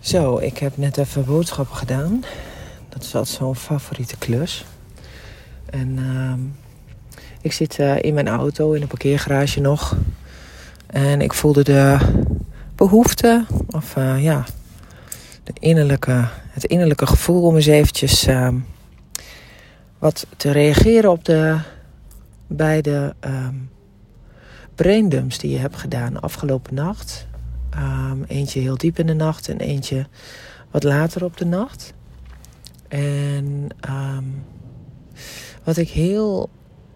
Zo, ik heb net even boodschappen gedaan. Dat is altijd zo'n favoriete klus. En ik zit in mijn auto in de parkeergarage nog. En ik voelde de behoefte, of het innerlijke gevoel om eens eventjes wat te reageren op de beide braindumps die je hebt gedaan afgelopen nacht. Eentje heel diep in de nacht en eentje wat later op de nacht. En wat ik heel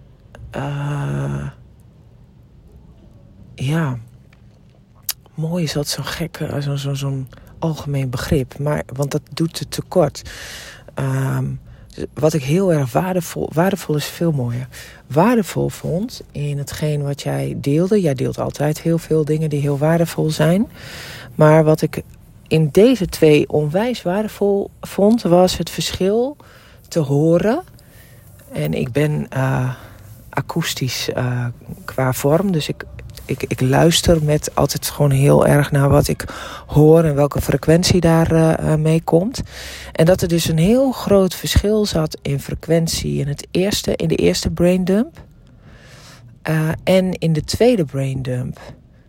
mooi is, dat zo'n gek, zo'n algemeen begrip, maar want dat doet het tekort. Wat ik heel erg waardevol is veel mooier. Waardevol vond in hetgeen wat jij deelde. Jij deelt altijd heel veel dingen die heel waardevol zijn. Maar wat ik in deze twee onwijs waardevol vond, was het verschil te horen. En ik ben akoestisch qua vorm, dus ik luister met altijd gewoon heel erg naar wat ik hoor en welke frequentie daar mee komt. En dat er dus een heel groot verschil zat in frequentie in de eerste braindump en in de tweede braindump.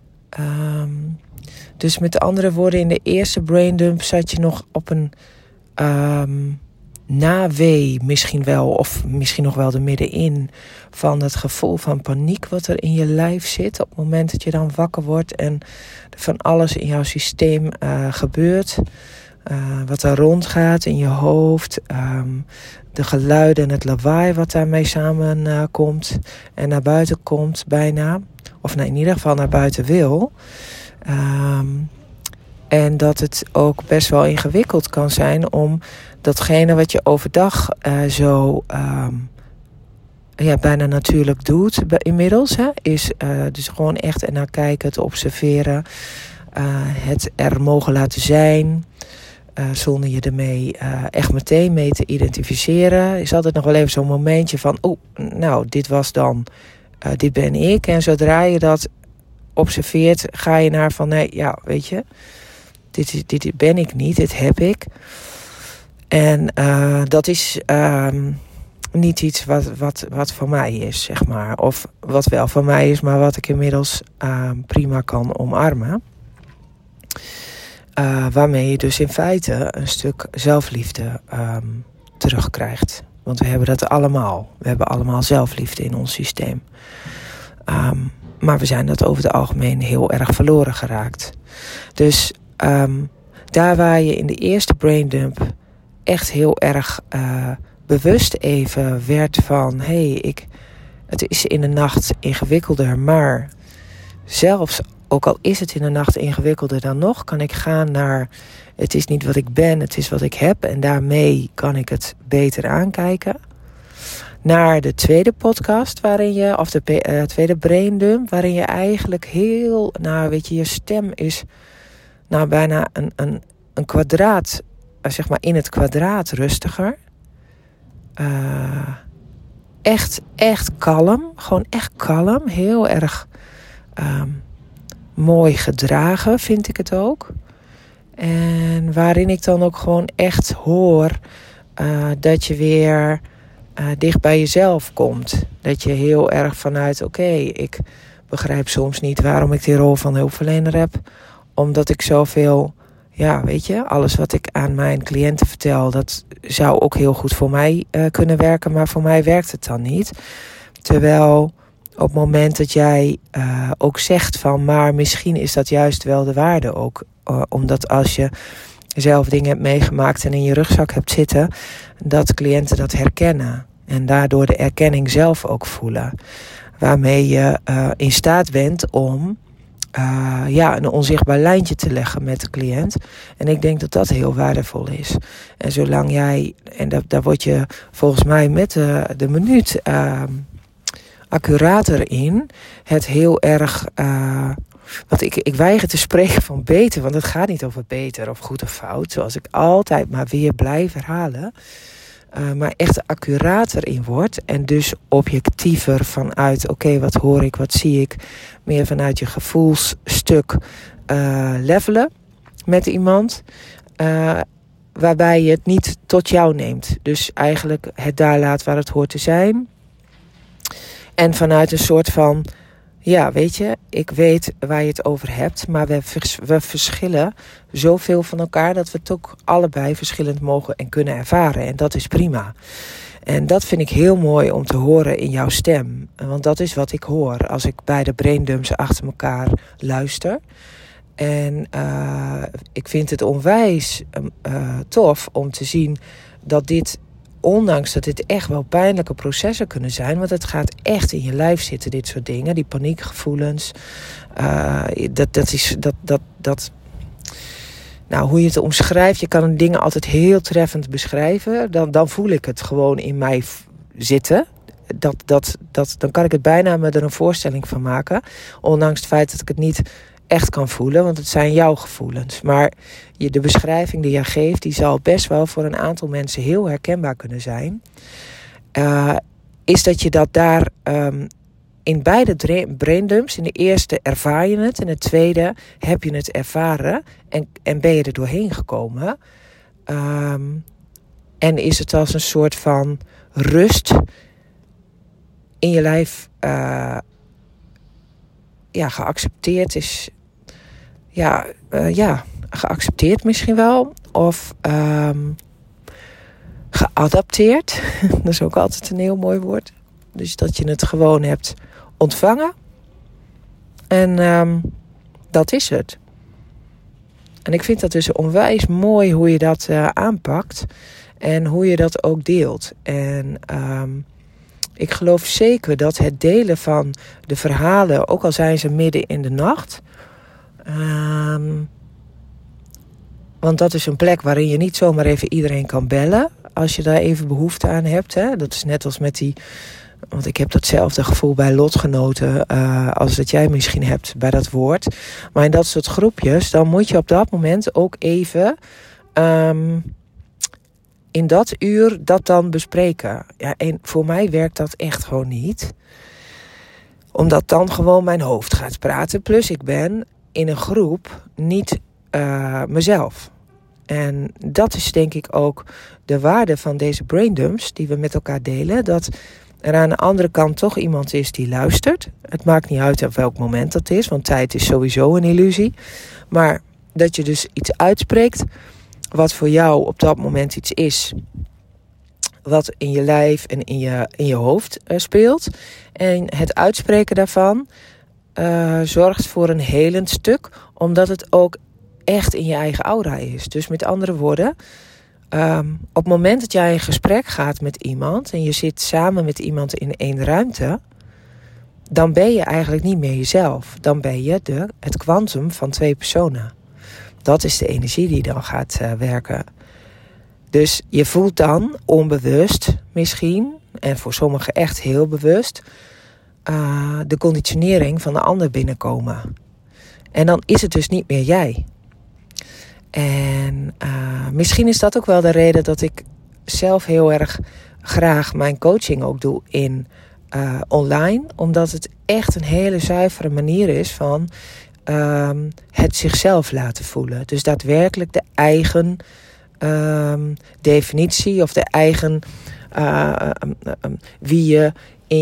Dus met andere woorden, in de eerste braindump zat je nog op een nawee misschien wel, of misschien nog wel er middenin van het gevoel van paniek wat er in je lijf zit op het moment dat je dan wakker wordt en er van alles in jouw systeem gebeurt, wat er rondgaat in je hoofd, de geluiden en het lawaai wat daarmee samenkomt en naar buiten komt bijna, of in ieder geval naar buiten wil. En dat het ook best wel ingewikkeld kan zijn om datgene wat je overdag bijna natuurlijk doet inmiddels. Is dus gewoon echt ernaar kijken, het observeren. Het er mogen laten zijn. Zonder je ermee echt meteen mee te identificeren. Is altijd nog wel even zo'n momentje van, dit was dan, dit ben ik. En zodra je dat observeert, ga je naar van, weet je, dit ben ik niet, dit heb ik. En dat is niet iets wat voor mij is, zeg maar. Of wat wel voor mij is, maar wat ik inmiddels prima kan omarmen. Waarmee je dus in feite een stuk zelfliefde terugkrijgt. Want we hebben dat allemaal. We hebben allemaal zelfliefde in ons systeem. Maar we zijn dat over het algemeen heel erg verloren geraakt. Dus daar waar je in de eerste braindump echt heel erg bewust even werd van, het is in de nacht ingewikkelder, maar zelfs ook al is het in de nacht ingewikkelder dan nog, kan ik gaan naar, het is niet wat ik ben, het is wat ik heb, en daarmee kan ik het beter aankijken. Naar de tweede podcast tweede braindump, waarin je eigenlijk heel, je stem is bijna een kwadraat, zeg maar in het kwadraat rustiger. Echt kalm, gewoon echt kalm, heel erg mooi gedragen vind ik het ook. En waarin ik dan ook gewoon echt hoor dat je weer dicht bij jezelf komt. Dat je heel erg vanuit, ik begrijp soms niet waarom ik die rol van hulpverlener heb. Omdat ik zoveel, alles wat ik aan mijn cliënten vertel, dat zou ook heel goed voor mij kunnen werken. Maar voor mij werkt het dan niet. Terwijl op het moment dat jij ook zegt van, maar misschien is dat juist wel de waarde ook. Omdat als je zelf dingen hebt meegemaakt en in je rugzak hebt zitten, dat cliënten dat herkennen. En daardoor de erkenning zelf ook voelen. Waarmee je in staat bent om een onzichtbaar lijntje te leggen met de cliënt. En ik denk dat dat heel waardevol is. En zolang jij, en daar word je volgens mij met de minuut accurater in, het heel erg, want ik weiger te spreken van beter, want het gaat niet over beter of goed of fout, zoals ik altijd maar weer blijf herhalen. Maar echt accurater in wordt. En dus objectiever vanuit, wat hoor ik, wat zie ik. Meer vanuit je gevoelsstuk levelen met iemand. waarbij je het niet tot jou neemt. Dus eigenlijk het daar laat waar het hoort te zijn. En vanuit een soort van, ja, weet je, ik weet waar je het over hebt, maar we verschillen zoveel van elkaar dat we het ook allebei verschillend mogen en kunnen ervaren. En dat is prima. En dat vind ik heel mooi om te horen in jouw stem. Want dat is wat ik hoor als ik beide braindumps achter elkaar luister. En ik vind het onwijs tof om te zien dat dit, ondanks dat dit echt wel pijnlijke processen kunnen zijn, want het gaat echt in je lijf zitten, dit soort dingen, die paniekgevoelens, nou, hoe je het omschrijft, je kan dingen altijd heel treffend beschrijven, dan voel ik het gewoon in mij zitten. Dan kan ik het bijna me er een voorstelling van maken, ondanks het feit dat ik het niet echt kan voelen, want het zijn jouw gevoelens. Maar de beschrijving die jij geeft, die zal best wel voor een aantal mensen heel herkenbaar kunnen zijn. Is dat je dat daar in beide braindumps, in de eerste ervaar je het, in de tweede heb je het ervaren en ben je er doorheen gekomen. En is het als een soort van rust in je lijf geaccepteerd is. Geaccepteerd misschien wel. Of geadapteerd. Dat is ook altijd een heel mooi woord. Dus dat je het gewoon hebt ontvangen. En dat is het. En ik vind dat dus onwijs mooi hoe je dat aanpakt. En hoe je dat ook deelt. En ik geloof zeker dat het delen van de verhalen, ook al zijn ze midden in de nacht, want dat is een plek waarin je niet zomaar even iedereen kan bellen als je daar even behoefte aan hebt. Hè? Dat is net als met die, want ik heb datzelfde gevoel bij lotgenoten als dat jij misschien hebt bij dat woord. Maar in dat soort groepjes, dan moet je op dat moment ook even in dat uur dat dan bespreken. Ja, en voor mij werkt dat echt gewoon niet. Omdat dan gewoon mijn hoofd gaat praten. Plus ik ben in een groep niet mezelf. En dat is denk ik ook de waarde van deze braindumps die we met elkaar delen. Dat er aan de andere kant toch iemand is die luistert. Het maakt niet uit op welk moment dat is. Want tijd is sowieso een illusie. Maar dat je dus iets uitspreekt wat voor jou op dat moment iets is, wat in je lijf en in je hoofd speelt. En het uitspreken daarvan zorgt voor een helend stuk, omdat het ook echt in je eigen aura is. Dus met andere woorden, op het moment dat jij in gesprek gaat met iemand en je zit samen met iemand in één ruimte, dan ben je eigenlijk niet meer jezelf. Dan ben je het kwantum van twee personen. Dat is de energie die dan gaat werken. Dus je voelt dan onbewust misschien, en voor sommigen echt heel bewust, de conditionering van de ander binnenkomen. En dan is het dus niet meer jij. En misschien is dat ook wel de reden dat ik zelf heel erg graag mijn coaching ook doe in online. Omdat het echt een hele zuivere manier is van het zichzelf laten voelen. Dus daadwerkelijk de eigen definitie of de eigen wie je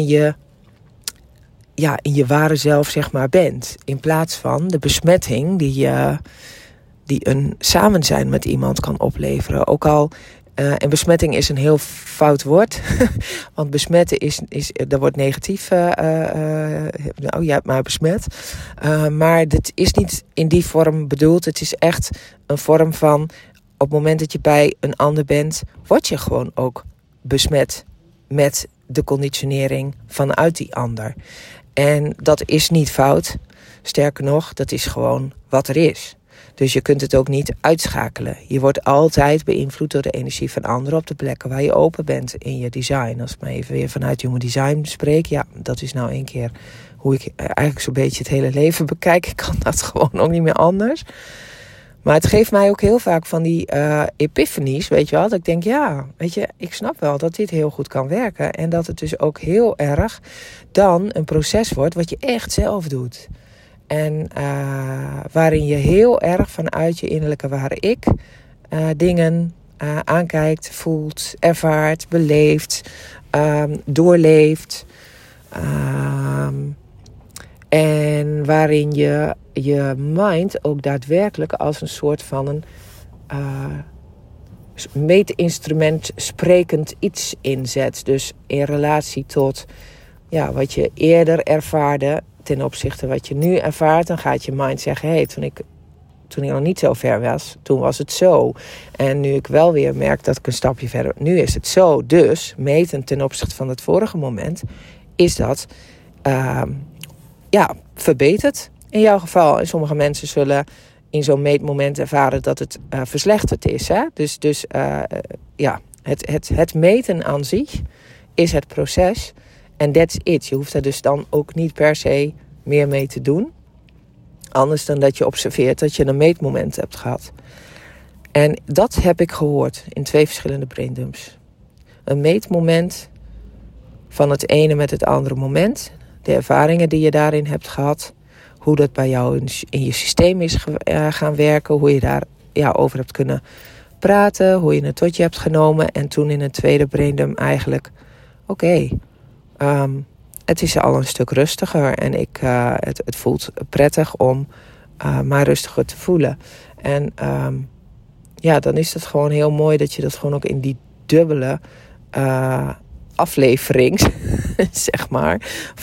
in je ware zelf zeg maar bent. In plaats van de besmetting die een samenzijn met iemand kan opleveren. Ook al, en besmetting is een heel fout woord. Want besmetten dat wordt negatief. Nou, jij hebt mij besmet. Maar dit is niet in die vorm bedoeld. Het is echt een vorm van, op het moment dat je bij een ander bent, word je gewoon ook besmet met de conditionering vanuit die ander. En dat is niet fout. Sterker nog, dat is gewoon wat er is. Dus je kunt het ook niet uitschakelen. Je wordt altijd beïnvloed door de energie van anderen op de plekken waar je open bent in je design. Als ik maar even weer vanuit Human Design spreek. Ja, dat is nou een keer hoe ik eigenlijk zo'n beetje het hele leven bekijk. Ik kan dat gewoon ook niet meer anders. Maar het geeft mij ook heel vaak van die epiphanies, weet je wel. Dat ik denk, ja, weet je, ik snap wel dat dit heel goed kan werken. En dat het dus ook heel erg dan een proces wordt wat je echt zelf doet. En waarin je heel erg vanuit je innerlijke ware ik dingen aankijkt, voelt, ervaart, beleeft, doorleeft. En waarin je mind ook daadwerkelijk als een soort van een meetinstrument sprekend iets inzet. Dus in relatie tot wat je eerder ervaarde ten opzichte wat je nu ervaart, dan gaat je mind zeggen, hey, toen ik nog niet zo ver was, toen was het zo. En nu ik wel weer merk dat ik een stapje verder, nu is het zo. Dus meten ten opzichte van het vorige moment, is dat verbeterd in jouw geval. En sommige mensen zullen in zo'n meetmoment ervaren dat het verslechterd is. Hè? Dus het meten aan zich is het proces. En that's it. Je hoeft er dus dan ook niet per se meer mee te doen. Anders dan dat je observeert dat je een meetmoment hebt gehad. En dat heb ik gehoord in 2 verschillende braindumps. Een meetmoment van het ene met het andere moment. De ervaringen die je daarin hebt gehad. Hoe dat bij jou in je systeem is gaan werken. Hoe je daar over hebt kunnen praten. Hoe je het tot je hebt genomen. En toen in een tweede braindump eigenlijk, het is al een stuk rustiger. En het voelt prettig om maar rustiger te voelen. En dan is het gewoon heel mooi dat je dat gewoon ook in die dubbele aflevering, zeg maar,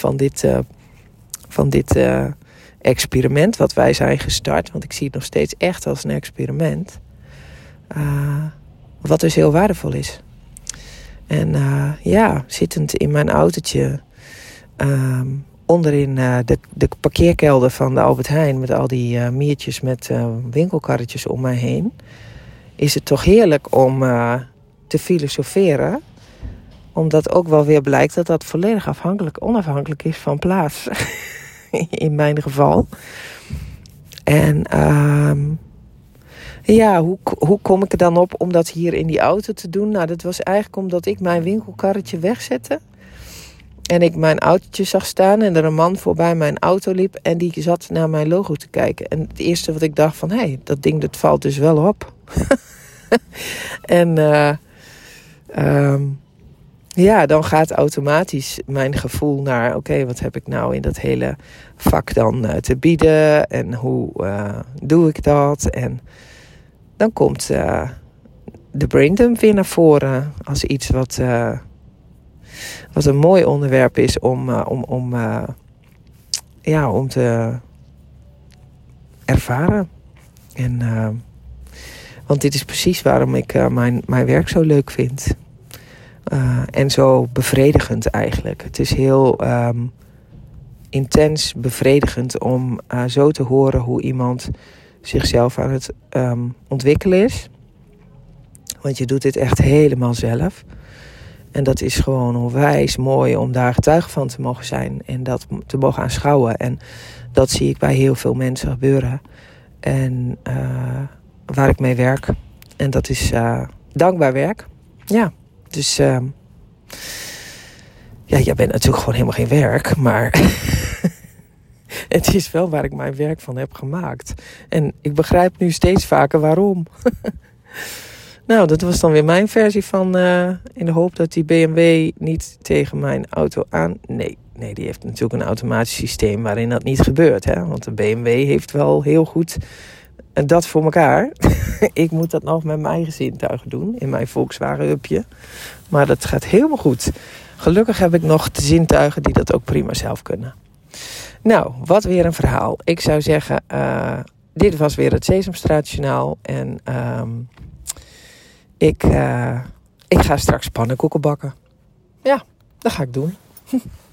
van dit experiment wat wij zijn gestart. Want ik zie het nog steeds echt als een experiment. Wat dus heel waardevol is. En zittend in mijn autootje onderin de parkeerkelder van de Albert Heijn met al die miertjes met winkelkarretjes om mij heen, is het toch heerlijk om te filosoferen. Omdat ook wel weer blijkt dat dat volledig onafhankelijk is van plaats. In mijn geval. En hoe kom ik er dan op om dat hier in die auto te doen? Nou, dat was eigenlijk omdat ik mijn winkelkarretje wegzette. En ik mijn autootje zag staan en er een man voorbij mijn auto liep. En die zat naar mijn logo te kijken. En het eerste wat ik dacht van, hé, dat ding dat valt dus wel op. En dan gaat automatisch mijn gevoel naar, wat heb ik nou in dat hele vak dan te bieden? En hoe doe ik dat? En dan komt de braindump weer naar voren als iets wat een mooi onderwerp is om te ervaren. En want dit is precies waarom ik mijn werk zo leuk vind. En zo bevredigend eigenlijk. Het is heel intens bevredigend om zo te horen hoe iemand zichzelf aan het ontwikkelen is. Want je doet dit echt helemaal zelf. En dat is gewoon onwijs mooi om daar getuige van te mogen zijn. En dat te mogen aanschouwen. En dat zie ik bij heel veel mensen gebeuren. En waar ik mee werk. En dat is dankbaar werk. Ja, dus jij bent natuurlijk gewoon helemaal geen werk. Maar het is wel waar ik mijn werk van heb gemaakt. En ik begrijp nu steeds vaker waarom. Nou, dat was dan weer mijn versie van in de hoop dat die BMW niet tegen mijn auto aan... Nee, die heeft natuurlijk een automatisch systeem waarin dat niet gebeurt. Hè? Want de BMW heeft wel heel goed dat voor elkaar. Ik moet dat nog met mijn eigen zintuigen doen in mijn Volkswagen-hubje. Maar dat gaat helemaal goed. Gelukkig heb ik nog de zintuigen die dat ook prima zelf kunnen. Nou, wat weer een verhaal. Ik zou zeggen, dit was weer het Sesamstraatjournaal. En ik ga straks pannenkoeken bakken. Ja, dat ga ik doen.